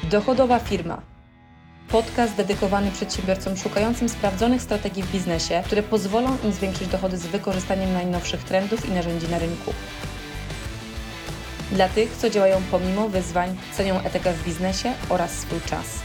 Dochodowa firma. Podcast dedykowany przedsiębiorcom szukającym sprawdzonych strategii w biznesie, które pozwolą im zwiększyć dochody z wykorzystaniem najnowszych trendów i narzędzi na rynku. Dla tych, co działają pomimo wyzwań, cenią etykę w biznesie oraz swój czas.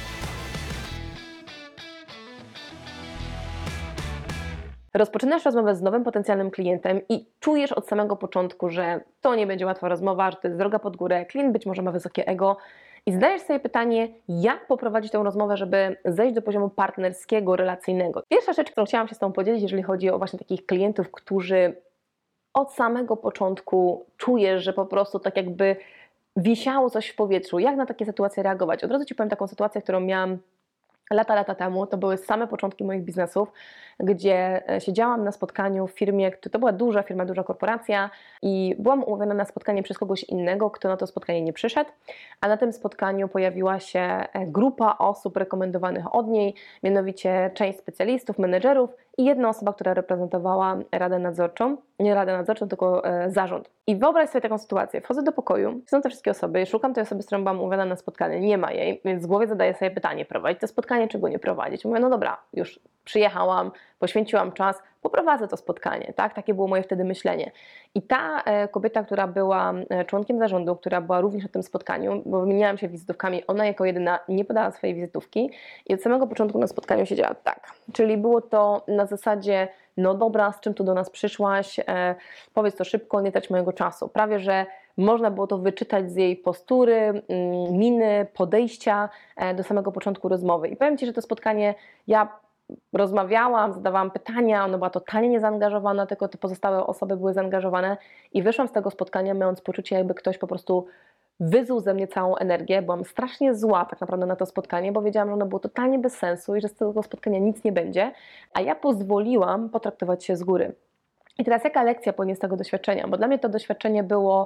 Rozpoczynasz rozmowę z nowym potencjalnym klientem i czujesz od samego początku, że to nie będzie łatwa rozmowa, że to jest droga pod górę, klient być może ma wysokie ego i zadajesz sobie pytanie, jak poprowadzić tę rozmowę, żeby zejść do poziomu partnerskiego, relacyjnego. Pierwsza rzecz, którą chciałam się z Tobą podzielić, jeżeli chodzi o właśnie takich klientów, którzy od samego początku czujesz, że po prostu tak jakby wisiało coś w powietrzu, jak na takie sytuacje reagować. Od razu Ci powiem taką sytuację, którą miałam lata temu, to były same początki moich biznesów, gdzie siedziałam na spotkaniu w firmie, to była duża firma, duża korporacja i byłam umówiona na spotkanie przez kogoś innego, kto na to spotkanie nie przyszedł, a na tym spotkaniu pojawiła się grupa osób rekomendowanych od niej, mianowicie część specjalistów, menedżerów i jedna osoba, która reprezentowała Radę Nadzorczą, nie Radę Nadzorczą, tylko zarząd. I wyobraź sobie taką sytuację, wchodzę do pokoju, są te wszystkie osoby, szukam tej osoby, z którą byłam umówiona na spotkanie, nie ma jej, więc w głowie zadaję sobie pytanie, prowadzić to spotkanie, czy go nie prowadzić? Mówię, no dobra, już przyjechałam, poświęciłam czas, poprowadzę to spotkanie, tak? Takie było moje wtedy myślenie. I ta kobieta, która była członkiem zarządu, która była również na tym spotkaniu, bo wymieniałam się wizytówkami, ona jako jedyna nie podała swojej wizytówki i od samego początku na spotkaniu siedziała tak. Czyli było to na zasadzie, no dobra, z czym tu do nas przyszłaś, powiedz to szybko, nie trać mojego czasu. Prawie, że można było to wyczytać z jej postury, miny, podejścia do samego początku rozmowy. I powiem Ci, że to spotkanie, ja rozmawiałam, zadawałam pytania, ona była totalnie niezaangażowana, tylko te pozostałe osoby były zaangażowane i wyszłam z tego spotkania mając poczucie, jakby ktoś po prostu wyzuł ze mnie całą energię. Byłam strasznie zła tak naprawdę na to spotkanie, bo wiedziałam, że ono było totalnie bez sensu i że z tego spotkania nic nie będzie, a ja pozwoliłam potraktować się z góry. I teraz jaka lekcja płynie z tego doświadczenia? Bo dla mnie to doświadczenie było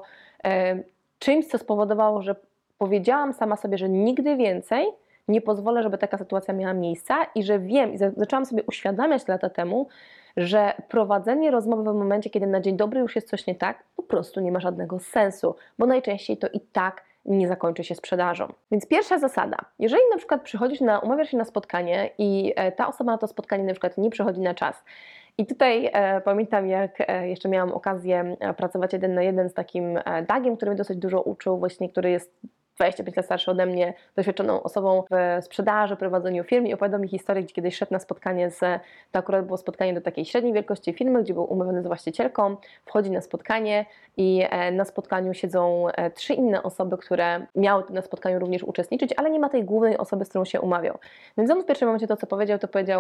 czymś, co spowodowało, że powiedziałam sama sobie, że nigdy więcej nie pozwolę, żeby taka sytuacja miała miejsce i że wiem, i zaczęłam sobie uświadamiać lata temu, że prowadzenie rozmowy w momencie, kiedy na dzień dobry już jest coś nie tak, po prostu nie ma żadnego sensu, bo najczęściej to i tak nie zakończy się sprzedażą. Więc pierwsza zasada, jeżeli na przykład umawiasz się na spotkanie i ta osoba na to spotkanie na przykład nie przychodzi na czas, i tutaj pamiętam, jak jeszcze miałam okazję pracować 1 na 1 z takim Dagiem, który mnie dosyć dużo uczył, właśnie, który jest 25 lat starszy ode mnie, doświadczoną osobą w sprzedaży, prowadzeniu firm i opowiadał mi historię, gdzie kiedyś szedł na spotkanie to akurat było spotkanie do takiej średniej wielkości firmy, gdzie był umówiony z właścicielką, wchodzi na spotkanie i na spotkaniu siedzą 3 inne osoby, które miały na spotkaniu również uczestniczyć, ale nie ma tej głównej osoby, z którą się umawiał. Więc on w pierwszym momencie to, co powiedział, to powiedział,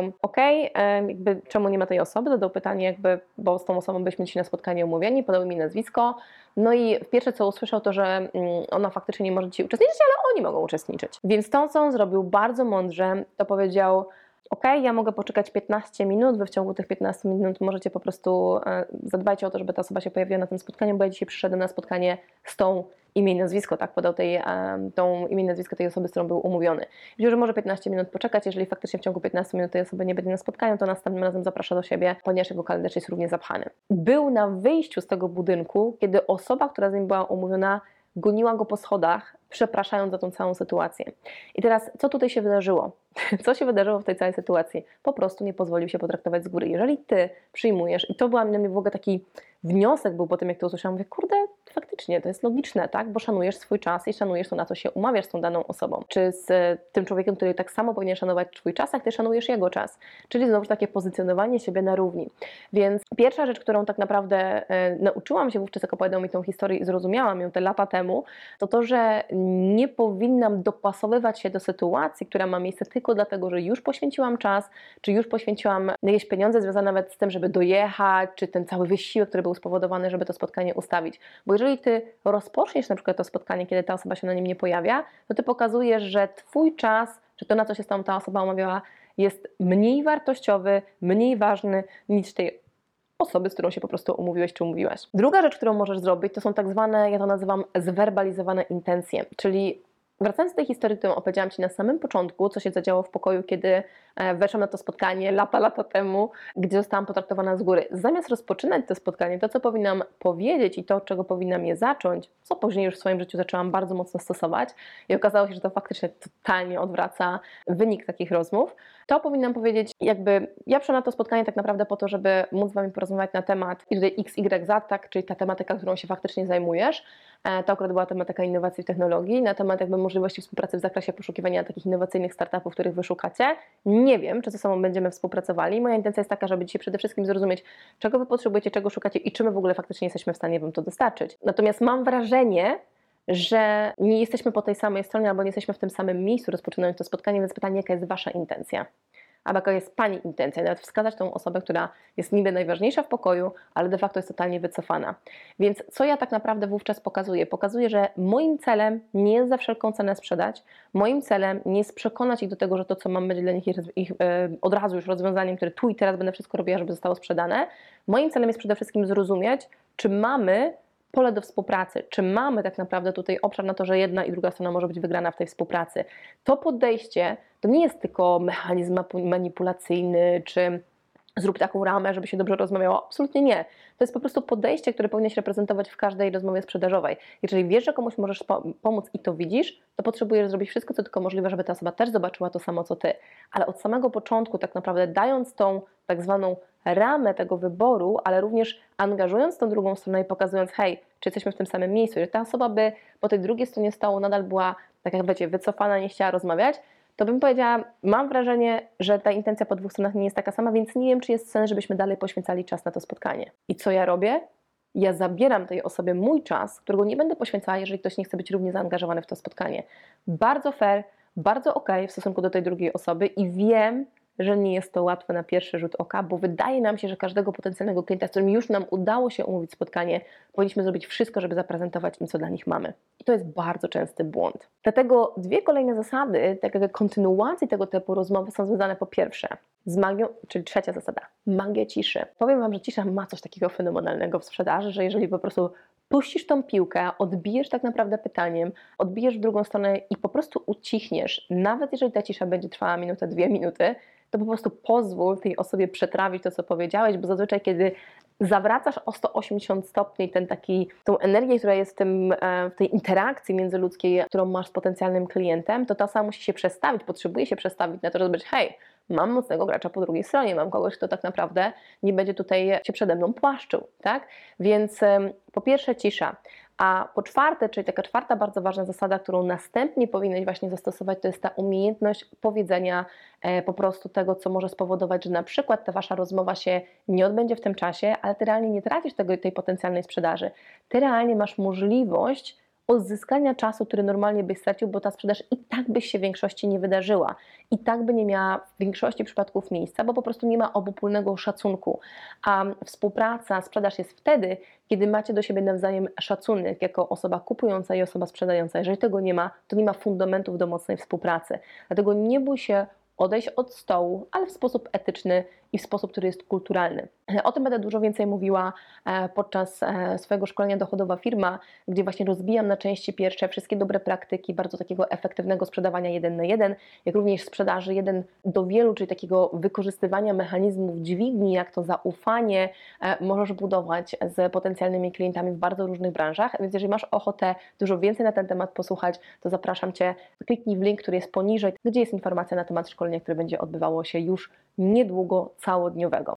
jakby czemu nie ma tej osoby, zadał pytanie, jakby, bo z tą osobą byliśmy dzisiaj na spotkanie umówieni, podał mi nazwisko, no i pierwsze, co usłyszał, to, że ona faktycznie nie może dzisiaj uczestniczyć, ale oni mogą uczestniczyć. Więc to, co on zrobił bardzo mądrze, to powiedział, ja mogę poczekać 15 minut, wy w ciągu tych 15 minut możecie po prostu zadbajcie o to, żeby ta osoba się pojawiła na tym spotkaniu, bo ja dzisiaj przyszedłem na spotkanie z tą imię i nazwisko, tak, podał tą imię i nazwisko tej osoby, z którą był umówiony. Wiedział, że może 15 minut poczekać, jeżeli faktycznie w ciągu 15 minut tej osoby nie będzie na spotkaniu, to następnym razem zaprasza do siebie, ponieważ jego kalendarz jest równie zapchany. Był na wyjściu z tego budynku, kiedy osoba, która z nim była umówiona, goniła go po schodach, przepraszając za tą całą sytuację. I teraz, co tutaj się wydarzyło? Co się wydarzyło w tej całej sytuacji? Po prostu nie pozwolił się potraktować z góry. Jeżeli Ty przyjmujesz, i to była dla mnie w ogóle taki wniosek był po tym, jak to usłyszałam, mówię, kurde, faktycznie, to jest logiczne, tak? Bo szanujesz swój czas i szanujesz to, na co się umawiasz z tą daną osobą. Czy z tym człowiekiem, który tak samo powinien szanować Twój czas, jak Ty szanujesz jego czas. Czyli znowu takie pozycjonowanie siebie na równi. Więc pierwsza rzecz, którą tak naprawdę nauczyłam się wówczas, jak opowiadał mi tą historię i zrozumiałam ją te lata temu, to to, że nie powinnam dopasowywać się do sytuacji, która ma miejsce tylko dlatego, że już poświęciłam czas, czy już poświęciłam jakieś pieniądze związane nawet z tym, żeby dojechać, czy ten cały wysiłek, który był spowodowany, żeby to spotkanie ustawić. Bo jeżeli Ty rozpoczniesz na przykład to spotkanie, kiedy ta osoba się na nim nie pojawia, to Ty pokazujesz, że Twój czas, czy to, na co się z tą ta osoba umawiała, jest mniej wartościowy, mniej ważny niż tej osoby, z którą się po prostu umówiłeś czy umówiłaś. Druga rzecz, którą możesz zrobić, to są tak zwane, ja to nazywam zwerbalizowane intencje, czyli Wracając do tej historii, którą opowiedziałam Ci na samym początku, co się zadziało w pokoju, kiedy weszłam na to spotkanie lata temu, gdzie zostałam potraktowana z góry. Zamiast rozpoczynać to spotkanie, to co powinnam powiedzieć i to, od czego powinnam je zacząć, co później już w swoim życiu zaczęłam bardzo mocno stosować i okazało się, że to faktycznie totalnie odwraca wynik takich rozmów, to powinnam powiedzieć, jakby ja przyszłam na to spotkanie tak naprawdę po to, żeby móc z Wami porozmawiać na temat i tutaj XYZ, tak, czyli ta tematyka, którą się faktycznie zajmujesz. To akurat była tematyka innowacji w technologii, na temat jakby możliwości współpracy w zakresie poszukiwania takich innowacyjnych startupów, których Wy szukacie. Nie wiem, czy ze sobą będziemy współpracowali. Moja intencja jest taka, żeby dzisiaj przede wszystkim zrozumieć, czego Wy potrzebujecie, czego szukacie i czy my w ogóle faktycznie jesteśmy w stanie Wam to dostarczyć. Natomiast mam wrażenie, że nie jesteśmy po tej samej stronie albo nie jesteśmy w tym samym miejscu rozpoczynając to spotkanie, więc pytanie, jaka jest Wasza intencja? Albo jaka jest Pani intencja, nawet wskazać tą osobę, która jest niby najważniejsza w pokoju, ale de facto jest totalnie wycofana. Więc co ja tak naprawdę wówczas pokazuję? Pokazuję, że moim celem nie jest za wszelką cenę sprzedać, moim celem nie jest przekonać ich do tego, że to, co mam, będzie dla nich od razu już rozwiązaniem, które tu i teraz będę wszystko robiła, żeby zostało sprzedane. Moim celem jest przede wszystkim zrozumieć, czy mamy pole do współpracy, czy mamy tak naprawdę tutaj obszar na to, że jedna i druga strona może być wygrana w tej współpracy. To podejście to nie jest tylko mechanizm manipulacyjny, czy zrób taką ramę, żeby się dobrze rozmawiało. Absolutnie nie. To jest po prostu podejście, które powinieneś reprezentować w każdej rozmowie sprzedażowej. Jeżeli wiesz, że komuś możesz pomóc i to widzisz, to potrzebujesz zrobić wszystko, co tylko możliwe, żeby ta osoba też zobaczyła to samo, co Ty. Ale od samego początku tak naprawdę dając tą tak zwaną ramę tego wyboru, ale również angażując tą drugą stronę i pokazując, hej, czy jesteśmy w tym samym miejscu, że ta osoba by po tej drugiej stronie stołu nadal była, tak jak wiecie, wycofana, nie chciała rozmawiać, to bym powiedziała, mam wrażenie, że ta intencja po dwóch stronach nie jest taka sama, więc nie wiem, czy jest sens, żebyśmy dalej poświęcali czas na to spotkanie. I co ja robię? Ja zabieram tej osobie mój czas, którego nie będę poświęcała, jeżeli ktoś nie chce być równie zaangażowany w to spotkanie. Bardzo fair, bardzo okej w stosunku do tej drugiej osoby i wiem, że nie jest to łatwe na pierwszy rzut oka, bo wydaje nam się, że każdego potencjalnego klienta, z którym już nam udało się umówić spotkanie, powinniśmy zrobić wszystko, żeby zaprezentować im, co dla nich mamy. I to jest bardzo częsty błąd. Dlatego dwie kolejne zasady, tak jak kontynuacji tego typu rozmowy są związane po pierwsze z magią, czyli trzecia zasada, magia ciszy. Powiem Wam, że cisza ma coś takiego fenomenalnego w sprzedaży, że jeżeli po prostu puścisz tą piłkę, odbijesz tak naprawdę pytaniem, odbijesz w drugą stronę i po prostu ucichniesz, nawet jeżeli ta cisza będzie trwała minutę, 2 minuty, to po prostu pozwól tej osobie przetrawić to, co powiedziałeś, bo zazwyczaj, kiedy zawracasz o 180 stopni tą energię, która jest w tej interakcji międzyludzkiej, którą masz z potencjalnym klientem, to ta osoba musi się przestawić, potrzebuje się przestawić na to, żeby powiedzieć, hej, mam mocnego gracza po drugiej stronie, mam kogoś, kto tak naprawdę nie będzie tutaj się przede mną płaszczył, tak? Więc po pierwsze cisza. A po czwarte, czyli taka czwarta bardzo ważna zasada, którą następnie powinieneś właśnie zastosować, to jest ta umiejętność powiedzenia po prostu tego, co może spowodować, że na przykład ta Wasza rozmowa się nie odbędzie w tym czasie, ale Ty realnie nie tracisz tej potencjalnej sprzedaży. Ty realnie masz możliwość odzyskania czasu, który normalnie byś stracił, bo ta sprzedaż i tak byś się w większości nie wydarzyła. I tak by nie miała w większości przypadków miejsca, bo po prostu nie ma obopólnego szacunku. A współpraca, sprzedaż jest wtedy, kiedy macie do siebie nawzajem szacunek jako osoba kupująca i osoba sprzedająca. Jeżeli tego nie ma, to nie ma fundamentów do mocnej współpracy. Dlatego nie bój się odejść od stołu, ale w sposób etyczny i w sposób, który jest kulturalny. O tym będę dużo więcej mówiła podczas swojego szkolenia Dochodowa Firma, gdzie właśnie rozbijam na części pierwsze wszystkie dobre praktyki bardzo takiego efektywnego sprzedawania 1 na 1, jak również sprzedaży 1 do wielu, czyli takiego wykorzystywania mechanizmów dźwigni, jak to zaufanie możesz budować z potencjalnymi klientami w bardzo różnych branżach. Więc jeżeli masz ochotę dużo więcej na ten temat posłuchać, to zapraszam Cię, kliknij w link, który jest poniżej, gdzie jest informacja na temat szkolenia, które będzie odbywało się już niedługo, całodniowego.